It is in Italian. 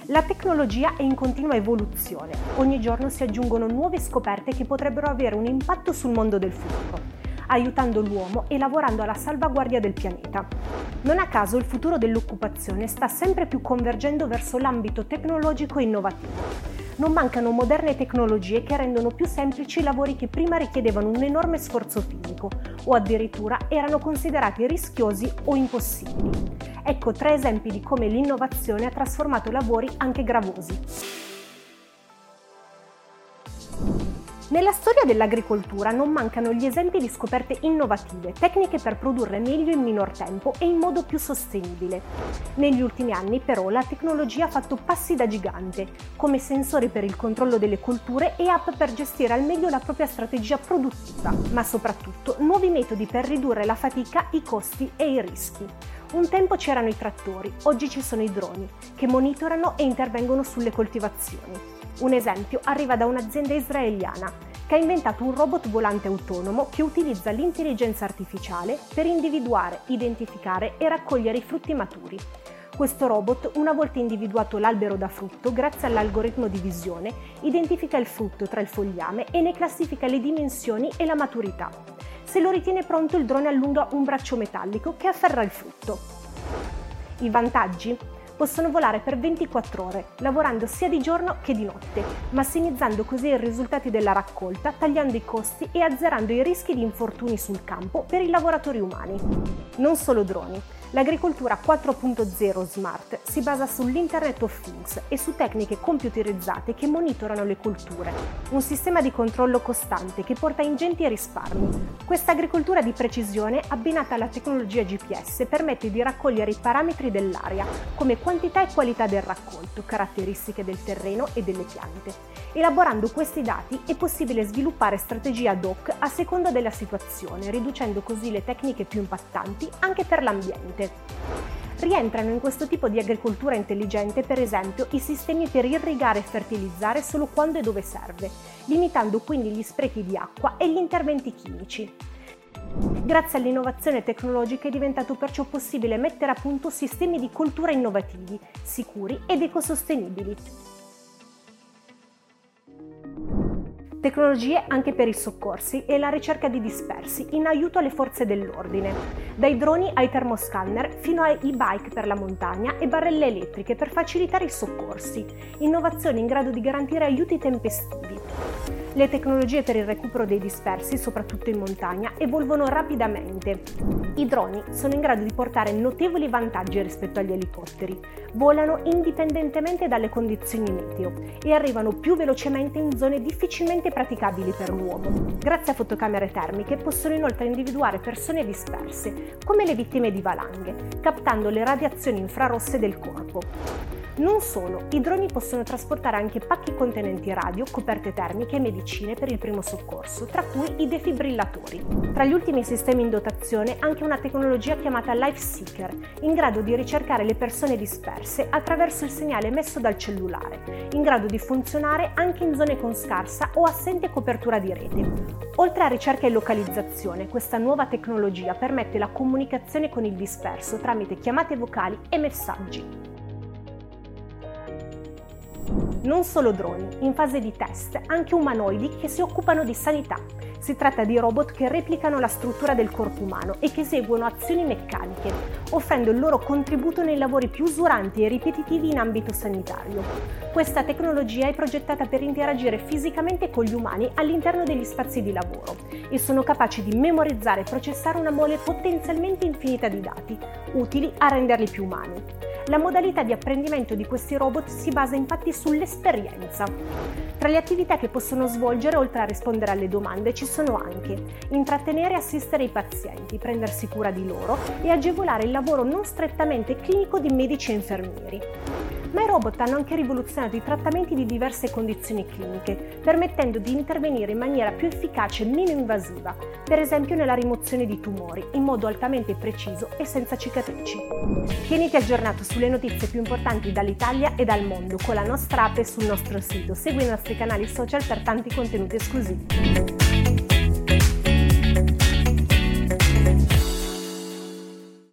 La tecnologia è in continua evoluzione. Ogni giorno si aggiungono nuove scoperte che potrebbero avere un impatto sul mondo del futuro, aiutando l'uomo e lavorando alla salvaguardia del pianeta. Non a caso il futuro dell'occupazione sta sempre più convergendo verso l'ambito tecnologico e innovativo. Non mancano moderne tecnologie che rendono più semplici lavori che prima richiedevano un enorme sforzo fisico o addirittura erano considerati rischiosi o impossibili. Ecco 3 esempi di come l'innovazione ha trasformato lavori anche gravosi. Nella storia dell'agricoltura non mancano gli esempi di scoperte innovative, tecniche per produrre meglio in minor tempo e in modo più sostenibile. Negli ultimi anni però la tecnologia ha fatto passi da gigante, come sensori per il controllo delle colture e app per gestire al meglio la propria strategia produttiva, ma soprattutto nuovi metodi per ridurre la fatica, i costi e i rischi. Un tempo c'erano i trattori, oggi ci sono i droni, che monitorano e intervengono sulle coltivazioni. Un esempio arriva da un'azienda israeliana che ha inventato un robot volante autonomo che utilizza l'intelligenza artificiale per individuare, identificare e raccogliere i frutti maturi. Questo robot, una volta individuato l'albero da frutto, grazie all'algoritmo di visione, identifica il frutto tra il fogliame e ne classifica le dimensioni e la maturità. Se lo ritiene pronto, il drone allunga un braccio metallico che afferra il frutto. I vantaggi? Possono volare per 24 ore, lavorando sia di giorno che di notte, massimizzando così i risultati della raccolta, tagliando i costi e azzerando i rischi di infortuni sul campo per i lavoratori umani. Non solo droni. L'agricoltura 4.0 Smart si basa sull'Internet of Things e su tecniche computerizzate che monitorano le colture, un sistema di controllo costante che porta ingenti risparmi. Questa agricoltura di precisione, abbinata alla tecnologia GPS, permette di raccogliere i parametri dell'aria, come quantità e qualità del raccolto, caratteristiche del terreno e delle piante. Elaborando questi dati è possibile sviluppare strategie ad hoc a seconda della situazione, riducendo così le tecniche più impattanti anche per l'ambiente. Rientrano in questo tipo di agricoltura intelligente, per esempio, i sistemi per irrigare e fertilizzare solo quando e dove serve, limitando quindi gli sprechi di acqua e gli interventi chimici. Grazie all'innovazione tecnologica è diventato perciò possibile mettere a punto sistemi di coltura innovativi, sicuri ed ecosostenibili. Tecnologie anche per i soccorsi e la ricerca di dispersi in aiuto alle forze dell'ordine, dai droni ai termoscanner fino ai e-bike per la montagna e barelle elettriche per facilitare i soccorsi, innovazioni in grado di garantire aiuti tempestivi. Le tecnologie per il recupero dei dispersi, soprattutto in montagna, evolvono rapidamente. I droni sono in grado di portare notevoli vantaggi rispetto agli elicotteri, volano indipendentemente dalle condizioni meteo e arrivano più velocemente in zone difficilmente praticabili per l'uomo. Grazie a fotocamere termiche possono inoltre individuare persone disperse, come le vittime di valanghe, captando le radiazioni infrarosse del corpo. Non solo, i droni possono trasportare anche pacchi contenenti radio, coperte termiche e medicine per il primo soccorso, tra cui i defibrillatori. Tra gli ultimi sistemi in dotazione anche una tecnologia chiamata Life Seeker, in grado di ricercare le persone disperse attraverso il segnale emesso dal cellulare, in grado di funzionare anche in zone con scarsa o assente copertura di rete. Oltre a ricerca e localizzazione, questa nuova tecnologia permette la comunicazione con il disperso tramite chiamate vocali e messaggi. Non solo droni, in fase di test anche umanoidi che si occupano di sanità. Si tratta di robot che replicano la struttura del corpo umano e che eseguono azioni meccaniche, offrendo il loro contributo nei lavori più usuranti e ripetitivi in ambito sanitario. Questa tecnologia è progettata per interagire fisicamente con gli umani all'interno degli spazi di lavoro e sono capaci di memorizzare e processare una mole potenzialmente infinita di dati, utili a renderli più umani. La modalità di apprendimento di questi robot si basa infatti sull'esperienza. Tra le attività che possono svolgere, oltre a rispondere alle domande, ci sono anche intrattenere e assistere i pazienti, prendersi cura di loro e agevolare il lavoro non strettamente clinico di medici e infermieri. Ma i robot hanno anche rivoluzionato i trattamenti di diverse condizioni cliniche, permettendo di intervenire in maniera più efficace e meno invasiva, per esempio nella rimozione di tumori, in modo altamente preciso e senza cicatrici. Tieniti aggiornato sulle notizie più importanti dall'Italia e dal mondo con la nostra app e sul nostro sito. Segui i nostri canali social per tanti contenuti esclusivi.